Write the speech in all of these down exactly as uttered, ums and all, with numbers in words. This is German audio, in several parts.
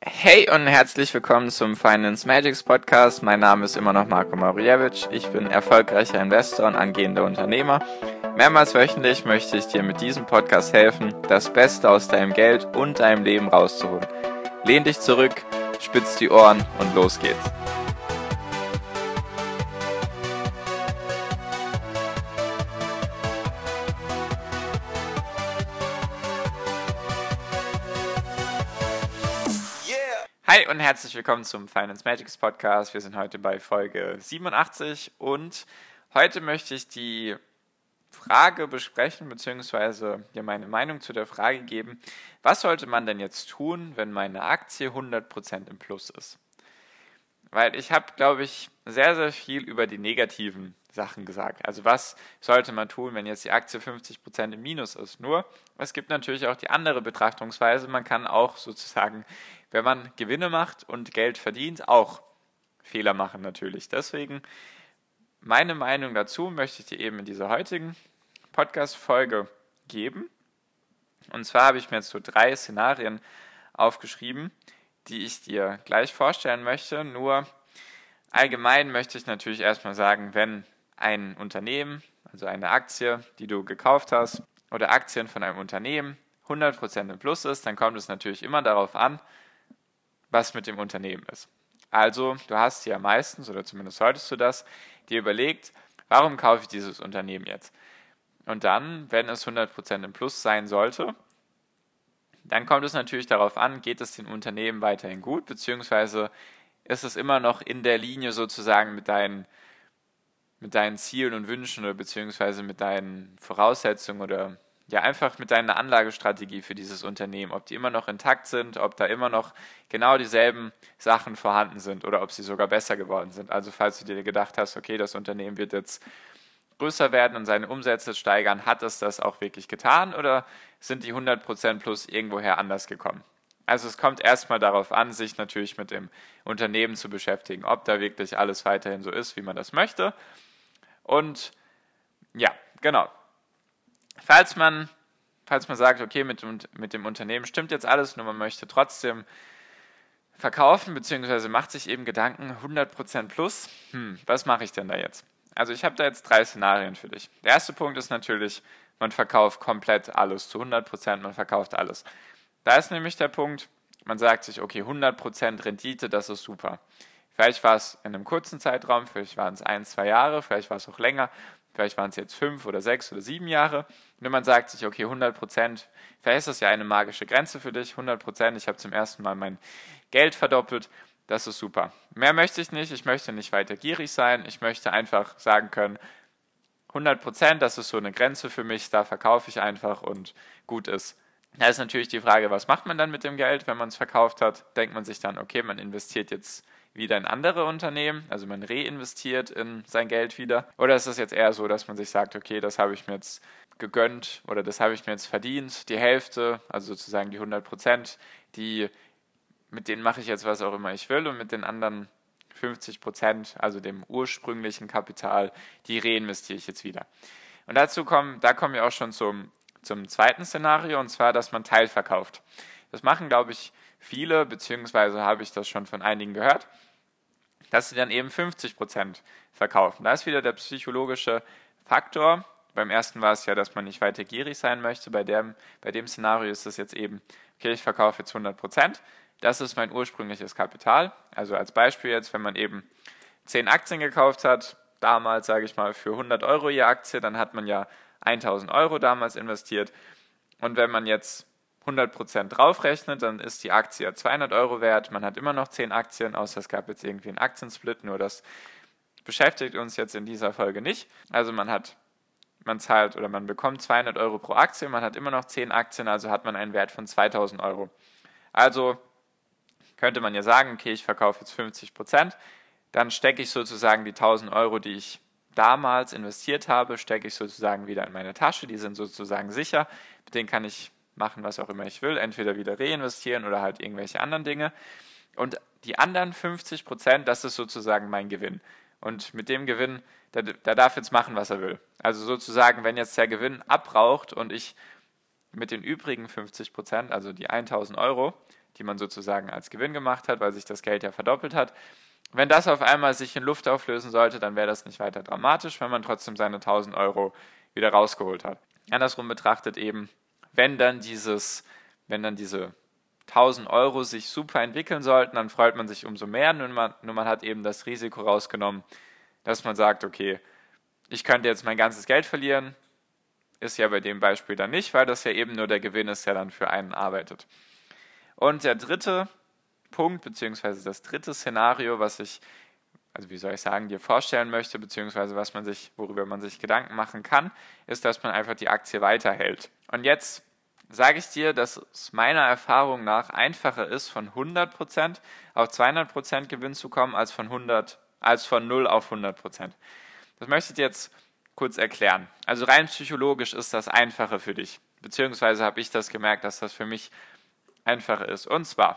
Hey und herzlich willkommen zum Finance Magics Podcast. Mein Name ist immer noch Marko Marijevic. Ich bin erfolgreicher Investor und angehender Unternehmer. Mehrmals wöchentlich möchte ich dir mit diesem Podcast helfen, das Beste aus deinem Geld und deinem Leben rauszuholen. Lehn dich zurück, spitz die Ohren und los geht's. Hi und herzlich willkommen zum Finance Magics Podcast. Wir sind heute bei Folge siebenundachtzig und heute möchte ich die Frage besprechen, beziehungsweise dir meine Meinung zu der Frage geben, was sollte man denn jetzt tun, wenn meine Aktie hundert Prozent im Plus ist? Weil ich habe, glaube ich, sehr, sehr viel über die negativen Sachen gesagt. Also was sollte man tun, wenn jetzt die Aktie fünfzig Prozent im Minus ist? Nur, es gibt natürlich auch die andere Betrachtungsweise. Man kann auch sozusagen, wenn man Gewinne macht und Geld verdient, auch Fehler machen natürlich. Deswegen meine Meinung dazu möchte ich dir eben in dieser heutigen Podcast-Folge geben. Und zwar habe ich mir jetzt so drei Szenarien aufgeschrieben, die ich dir gleich vorstellen möchte. Nur allgemein möchte ich natürlich erstmal sagen, wenn ein Unternehmen, also eine Aktie, die du gekauft hast, oder Aktien von einem Unternehmen hundert Prozent im Plus ist, dann kommt es natürlich immer darauf an, was mit dem Unternehmen ist. Also du hast ja meistens, oder zumindest solltest du das, dir überlegt, warum kaufe ich dieses Unternehmen jetzt? Und dann, wenn es hundert Prozent im Plus sein sollte, dann kommt es natürlich darauf an, geht es dem Unternehmen weiterhin gut, beziehungsweise ist es immer noch in der Linie sozusagen mit deinen, mit deinen Zielen und Wünschen oder beziehungsweise mit deinen Voraussetzungen oder ja einfach mit deiner Anlagestrategie für dieses Unternehmen, ob die immer noch intakt sind, ob da immer noch genau dieselben Sachen vorhanden sind oder ob sie sogar besser geworden sind. Also falls du dir gedacht hast, okay, das Unternehmen wird jetzt größer werden und seine Umsätze steigern, hat es das auch wirklich getan oder sind die hundert Prozent plus irgendwoher anders gekommen? Also es kommt erstmal darauf an, sich natürlich mit dem Unternehmen zu beschäftigen, ob da wirklich alles weiterhin so ist, wie man das möchte. Und ja, genau. Falls man, falls man sagt, okay, mit, mit dem Unternehmen stimmt jetzt alles, nur man möchte trotzdem verkaufen, beziehungsweise macht sich eben Gedanken, hundert Prozent plus, hm, was mache ich denn da jetzt? Also ich habe da jetzt drei Szenarien für dich. Der erste Punkt ist natürlich, man verkauft komplett alles, zu hundert Prozent, man verkauft alles. Da ist nämlich der Punkt, man sagt sich, okay, hundert Prozent Rendite, das ist super. Vielleicht war es in einem kurzen Zeitraum, vielleicht waren es ein, zwei Jahre, vielleicht war es auch länger, vielleicht waren es jetzt fünf oder sechs oder sieben Jahre. Und man sagt sich, okay, hundert Prozent, vielleicht ist das ja eine magische Grenze für dich, hundert Prozent, ich habe zum ersten Mal mein Geld verdoppelt, das ist super. Mehr möchte ich nicht, ich möchte nicht weiter gierig sein, ich möchte einfach sagen können, hundert Prozent, das ist so eine Grenze für mich, da verkaufe ich einfach und gut ist. Da ist natürlich die Frage, was macht man dann mit dem Geld, wenn man es verkauft hat? Denkt man sich dann, okay, man investiert jetzt wieder in andere Unternehmen, also man reinvestiert in sein Geld wieder? Oder ist es jetzt eher so, dass man sich sagt, okay, das habe ich mir jetzt gegönnt oder das habe ich mir jetzt verdient, die Hälfte, also sozusagen die hundert Prozent, die, mit denen mache ich jetzt was auch immer ich will und mit den anderen fünfzig Prozent, also dem ursprünglichen Kapital, die reinvestiere ich jetzt wieder. Und dazu kommen, da kommen wir auch schon zum Zum zweiten Szenario, und zwar, dass man teilverkauft. Das machen, glaube ich, viele, beziehungsweise habe ich das schon von einigen gehört, dass sie dann eben fünfzig Prozent verkaufen. Da ist wieder der psychologische Faktor. Beim ersten war es ja, dass man nicht weiter gierig sein möchte. Bei dem, bei dem Szenario ist es jetzt eben, okay, ich verkaufe jetzt hundert Prozent. Das ist mein ursprüngliches Kapital. Also als Beispiel jetzt, wenn man eben zehn Aktien gekauft hat, damals, sage ich mal, für hundert Euro je Aktie, dann hat man ja tausend Euro damals investiert und wenn man jetzt hundert Prozent draufrechnet, dann ist die Aktie ja zweihundert Euro wert, man hat immer noch zehn Aktien, außer es gab jetzt irgendwie einen Aktiensplit, nur das beschäftigt uns jetzt in dieser Folge nicht. Also man hat, man zahlt oder man bekommt zweihundert Euro pro Aktie, man hat immer noch zehn Aktien, also hat man einen Wert von zweitausend Euro. Also könnte man ja sagen, okay, ich verkaufe jetzt fünfzig Prozent, dann stecke ich sozusagen die tausend Euro, die ich damals investiert habe, stecke ich sozusagen wieder in meine Tasche, die sind sozusagen sicher, mit denen kann ich machen, was auch immer ich will, entweder wieder reinvestieren oder halt irgendwelche anderen Dinge. Und die anderen fünfzig Prozent, das ist sozusagen mein Gewinn. Und mit dem Gewinn, der, der darf jetzt machen, was er will. Also sozusagen, wenn jetzt der Gewinn abraucht und ich mit den übrigen fünfzig Prozent, also die tausend Euro, die man sozusagen als Gewinn gemacht hat, weil sich das Geld ja verdoppelt hat. Wenn das auf einmal sich in Luft auflösen sollte, dann wäre das nicht weiter dramatisch, wenn man trotzdem seine tausend Euro wieder rausgeholt hat. Andersrum betrachtet eben, wenn dann dieses, wenn dann diese tausend Euro sich super entwickeln sollten, dann freut man sich umso mehr, nur man, nur man hat eben das Risiko rausgenommen, dass man sagt, okay, ich könnte jetzt mein ganzes Geld verlieren, ist ja bei dem Beispiel dann nicht, weil das ja eben nur der Gewinn ist, der dann für einen arbeitet. Und der dritte Punkt, beziehungsweise das dritte Szenario, was ich, also wie soll ich sagen, dir vorstellen möchte, beziehungsweise was man sich, worüber man sich Gedanken machen kann, ist, dass man einfach die Aktie weiterhält. Und jetzt sage ich dir, dass es meiner Erfahrung nach einfacher ist, von hundert Prozent auf zweihundert Prozent Gewinn zu kommen, als von hundert, als von null auf hundert Prozent. Das möchte ich dir jetzt kurz erklären. Also rein psychologisch ist das einfacher für dich, beziehungsweise habe ich das gemerkt, dass das für mich einfacher ist. Und zwar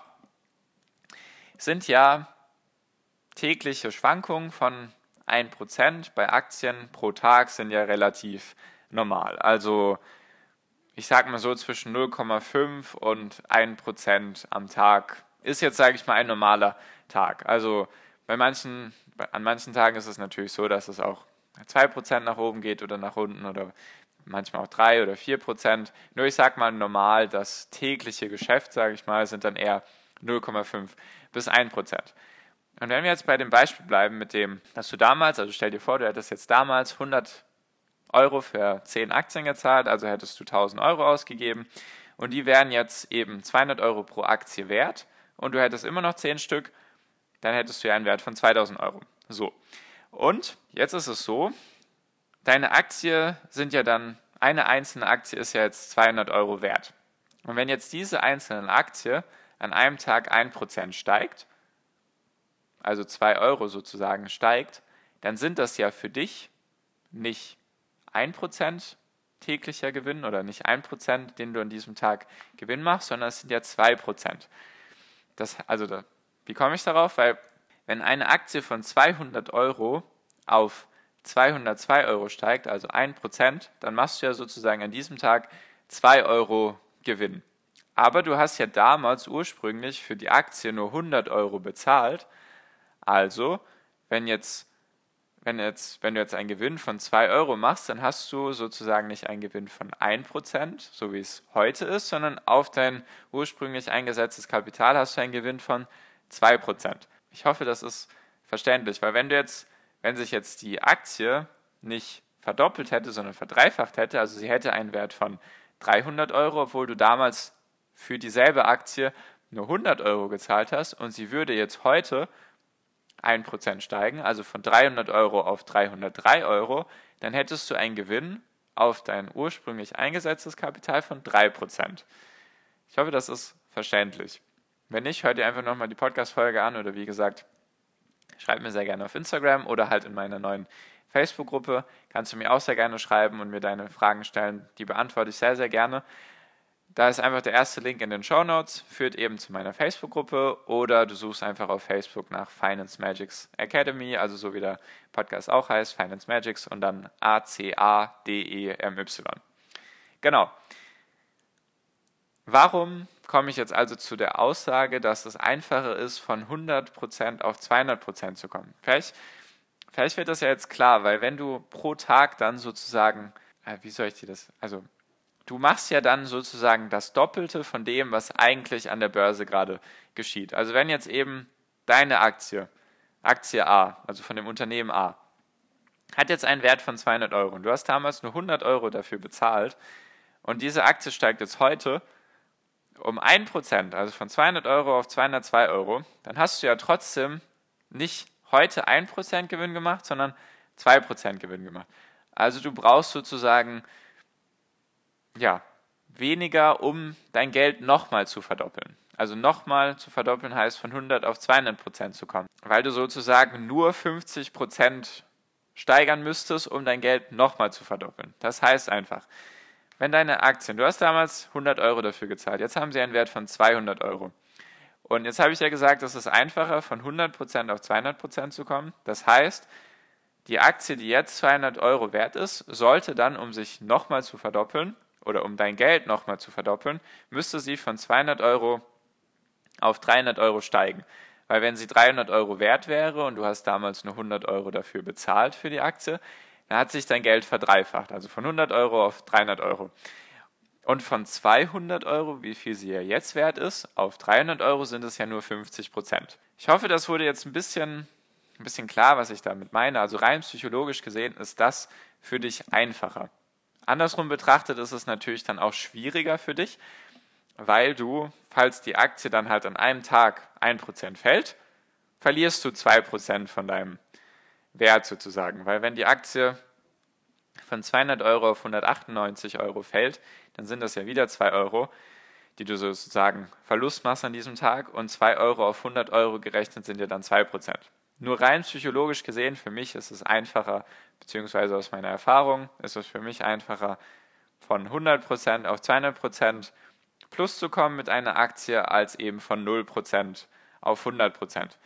sind ja tägliche Schwankungen von ein Prozent bei Aktien pro Tag sind ja relativ normal. Also ich sage mal so, zwischen null Komma fünf und ein Prozent am Tag ist jetzt, sage ich mal, ein normaler Tag. Also bei manchen, an manchen Tagen ist es natürlich so, dass es auch zwei Prozent nach oben geht oder nach unten oder manchmal auch drei oder vier Prozent. Nur ich sage mal normal, das tägliche Geschäft, sage ich mal, sind dann eher null Komma fünf bis ein Prozent. Und wenn wir jetzt bei dem Beispiel bleiben mit dem, dass du damals, also stell dir vor, du hättest jetzt damals hundert Euro für zehn Aktien gezahlt, also hättest du tausend Euro ausgegeben und die wären jetzt eben zweihundert Euro pro Aktie wert und du hättest immer noch zehn Stück, dann hättest du ja einen Wert von zweitausend Euro. So. Und jetzt ist es so, deine Aktie sind ja dann, eine einzelne Aktie ist ja jetzt zweihundert Euro wert. Und wenn jetzt diese einzelne Aktie an einem Tag ein Prozent steigt, also zwei Euro sozusagen steigt, dann sind das ja für dich nicht ein Prozent täglicher Gewinn oder nicht ein Prozent, den du an diesem Tag Gewinn machst, sondern es sind ja zwei Prozent. Das, also da, wie komme ich darauf? Weil wenn eine Aktie von zweihundert Euro auf zweihundertzwei Euro steigt, also ein Prozent, dann machst du ja sozusagen an diesem Tag zwei Euro Gewinn. Aber du hast ja damals ursprünglich für die Aktie nur hundert Euro bezahlt. Also, wenn jetzt Wenn, jetzt, wenn du jetzt einen Gewinn von zwei Euro machst, dann hast du sozusagen nicht einen Gewinn von ein Prozent, so wie es heute ist, sondern auf dein ursprünglich eingesetztes Kapital hast du einen Gewinn von zwei Prozent. Ich hoffe, das ist verständlich, weil wenn du jetzt, wenn sich jetzt die Aktie nicht verdoppelt hätte, sondern verdreifacht hätte, also sie hätte einen Wert von dreihundert Euro, obwohl du damals für dieselbe Aktie nur hundert Euro gezahlt hast und sie würde jetzt heute ein Prozent steigen, also von dreihundert Euro auf dreihundertdrei Euro, dann hättest du einen Gewinn auf dein ursprünglich eingesetztes Kapital von drei Prozent. Ich hoffe, das ist verständlich. Wenn nicht, hör dir einfach nochmal die Podcast-Folge an oder wie gesagt, schreib mir sehr gerne auf Instagram oder halt in meiner neuen Facebook-Gruppe. Kannst du mir auch sehr gerne schreiben und mir deine Fragen stellen. Die beantworte ich sehr, sehr gerne. Da ist einfach der erste Link in den Shownotes, führt eben zu meiner Facebook-Gruppe oder du suchst einfach auf Facebook nach Finance Magics Academy, also so wie der Podcast auch heißt, Finance Magics und dann A C A D E M Y. Genau. Warum komme ich jetzt also zu der Aussage, dass es einfacher ist, von hundert Prozent auf zweihundert Prozent zu kommen? Vielleicht, vielleicht wird das ja jetzt klar, weil wenn du pro Tag dann sozusagen, äh, wie soll ich dir das, also du machst ja dann sozusagen das Doppelte von dem, was eigentlich an der Börse gerade geschieht. Also wenn jetzt eben deine Aktie, Aktie A, also von dem Unternehmen A, hat jetzt einen Wert von zweihundert Euro und du hast damals nur hundert Euro dafür bezahlt und diese Aktie steigt jetzt heute um ein Prozent, also von zweihundert Euro auf zweihundertzwei Euro, dann hast du ja trotzdem nicht heute ein Prozent Gewinn gemacht, sondern zwei Prozent Gewinn gemacht. Also du brauchst sozusagen ja, weniger, um dein Geld nochmal zu verdoppeln. Also nochmal zu verdoppeln heißt von hundert auf zweihundert Prozent zu kommen, weil du sozusagen nur fünfzig Prozent steigern müsstest, um dein Geld nochmal zu verdoppeln. Das heißt einfach, wenn deine Aktien, du hast damals hundert Euro dafür gezahlt, jetzt haben sie einen Wert von zweihundert Euro. Und jetzt habe ich ja gesagt, es ist einfacher, von hundert Prozent auf zweihundert Prozent zu kommen. Das heißt, die Aktie, die jetzt zweihundert Euro wert ist, sollte dann, um sich nochmal zu verdoppeln, oder um dein Geld nochmal zu verdoppeln, müsste sie von zweihundert Euro auf dreihundert Euro steigen. Weil wenn sie dreihundert Euro wert wäre und du hast damals nur hundert Euro dafür bezahlt für die Aktie, dann hat sich dein Geld verdreifacht. Also von hundert Euro auf dreihundert Euro. Und von zweihundert Euro, wie viel sie ja jetzt wert ist, auf dreihundert Euro sind es ja nur fünfzig Prozent. Ich hoffe, das wurde jetzt ein bisschen, ein bisschen klar, was ich damit meine. Also rein psychologisch gesehen ist das für dich einfacher. Andersrum betrachtet ist es natürlich dann auch schwieriger für dich, weil du, falls die Aktie dann halt an einem Tag ein Prozent fällt, verlierst du zwei Prozent von deinem Wert sozusagen. Weil wenn die Aktie von zweihundert Euro auf hundertachtundneunzig Euro fällt, dann sind das ja wieder zwei Euro, die du sozusagen Verlust machst an diesem Tag, und zwei Euro auf hundert Euro gerechnet sind ja dann zwei Prozent. Nur rein psychologisch gesehen, für mich ist es einfacher, beziehungsweise aus meiner Erfahrung ist es für mich einfacher, von hundert Prozent auf zweihundert Prozent plus zu kommen mit einer Aktie, als eben von null Prozent auf hundert Prozent.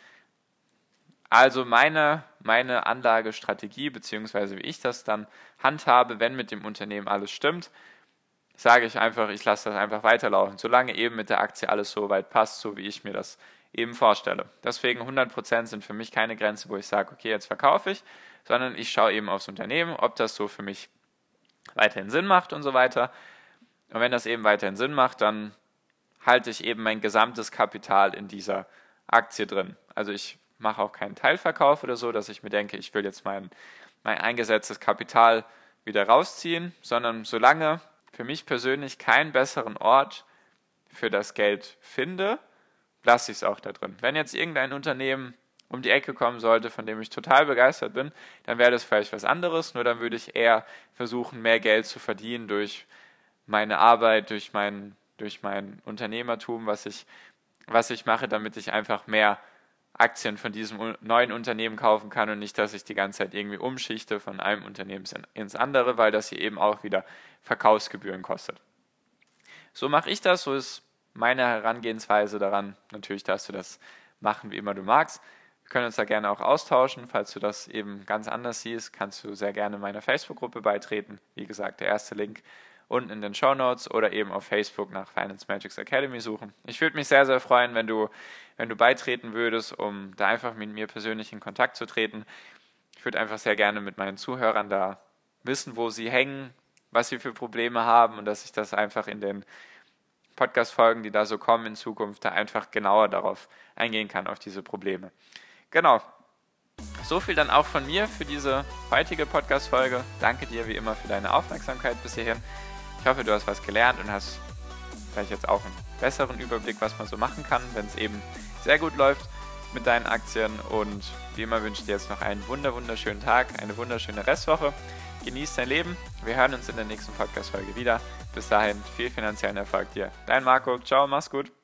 Also meine, meine Anlagestrategie, beziehungsweise wie ich das dann handhabe, wenn mit dem Unternehmen alles stimmt, sage ich einfach, ich lasse das einfach weiterlaufen, solange eben mit der Aktie alles so weit passt, so wie ich mir das eben vorstelle. Deswegen hundert Prozent sind für mich keine Grenze, wo ich sage, okay, jetzt verkaufe ich, sondern ich schaue eben aufs Unternehmen, ob das so für mich weiterhin Sinn macht und so weiter. Und wenn das eben weiterhin Sinn macht, dann halte ich eben mein gesamtes Kapital in dieser Aktie drin. Also ich mache auch keinen Teilverkauf oder so, dass ich mir denke, ich will jetzt mein, mein eingesetztes Kapital wieder rausziehen, sondern solange für mich persönlich keinen besseren Ort für das Geld finde, lasse ich es auch da drin. Wenn jetzt irgendein Unternehmen um die Ecke kommen sollte, von dem ich total begeistert bin, dann wäre das vielleicht was anderes, nur dann würde ich eher versuchen, mehr Geld zu verdienen durch meine Arbeit, durch mein, durch mein Unternehmertum, was ich, was ich mache, damit ich einfach mehr Aktien von diesem neuen Unternehmen kaufen kann und nicht, dass ich die ganze Zeit irgendwie umschichte von einem Unternehmen ins andere, weil das hier eben auch wieder Verkaufsgebühren kostet. So mache ich das, so ist meine Herangehensweise daran. Natürlich darfst du das machen, wie immer du magst. Wir können uns da gerne auch austauschen. Falls du das eben ganz anders siehst, kannst du sehr gerne meiner Facebook-Gruppe beitreten. Wie gesagt, der erste Link unten in den Shownotes oder eben auf Facebook nach Finance Magics Academy suchen. Ich würde mich sehr, sehr freuen, wenn du, wenn du beitreten würdest, um da einfach mit mir persönlich in Kontakt zu treten. Ich würde einfach sehr gerne mit meinen Zuhörern da wissen, wo sie hängen, was sie für Probleme haben, und dass ich das einfach in den Podcast-Folgen, die da so kommen in Zukunft, da einfach genauer darauf eingehen kann, auf diese Probleme. Genau. So viel dann auch von mir für diese heutige Podcast-Folge. Danke dir wie immer für deine Aufmerksamkeit bis hierhin. Ich hoffe, du hast was gelernt und hast vielleicht jetzt auch einen besseren Überblick, was man so machen kann, wenn es eben sehr gut läuft mit deinen Aktien. Und wie immer wünsche ich dir jetzt noch einen wunder wunderschönen Tag, eine wunderschöne Restwoche. Genieß dein Leben. Wir hören uns in der nächsten Podcast-Folge wieder. Bis dahin, viel finanziellen Erfolg dir. Dein Marco. Ciao, mach's gut.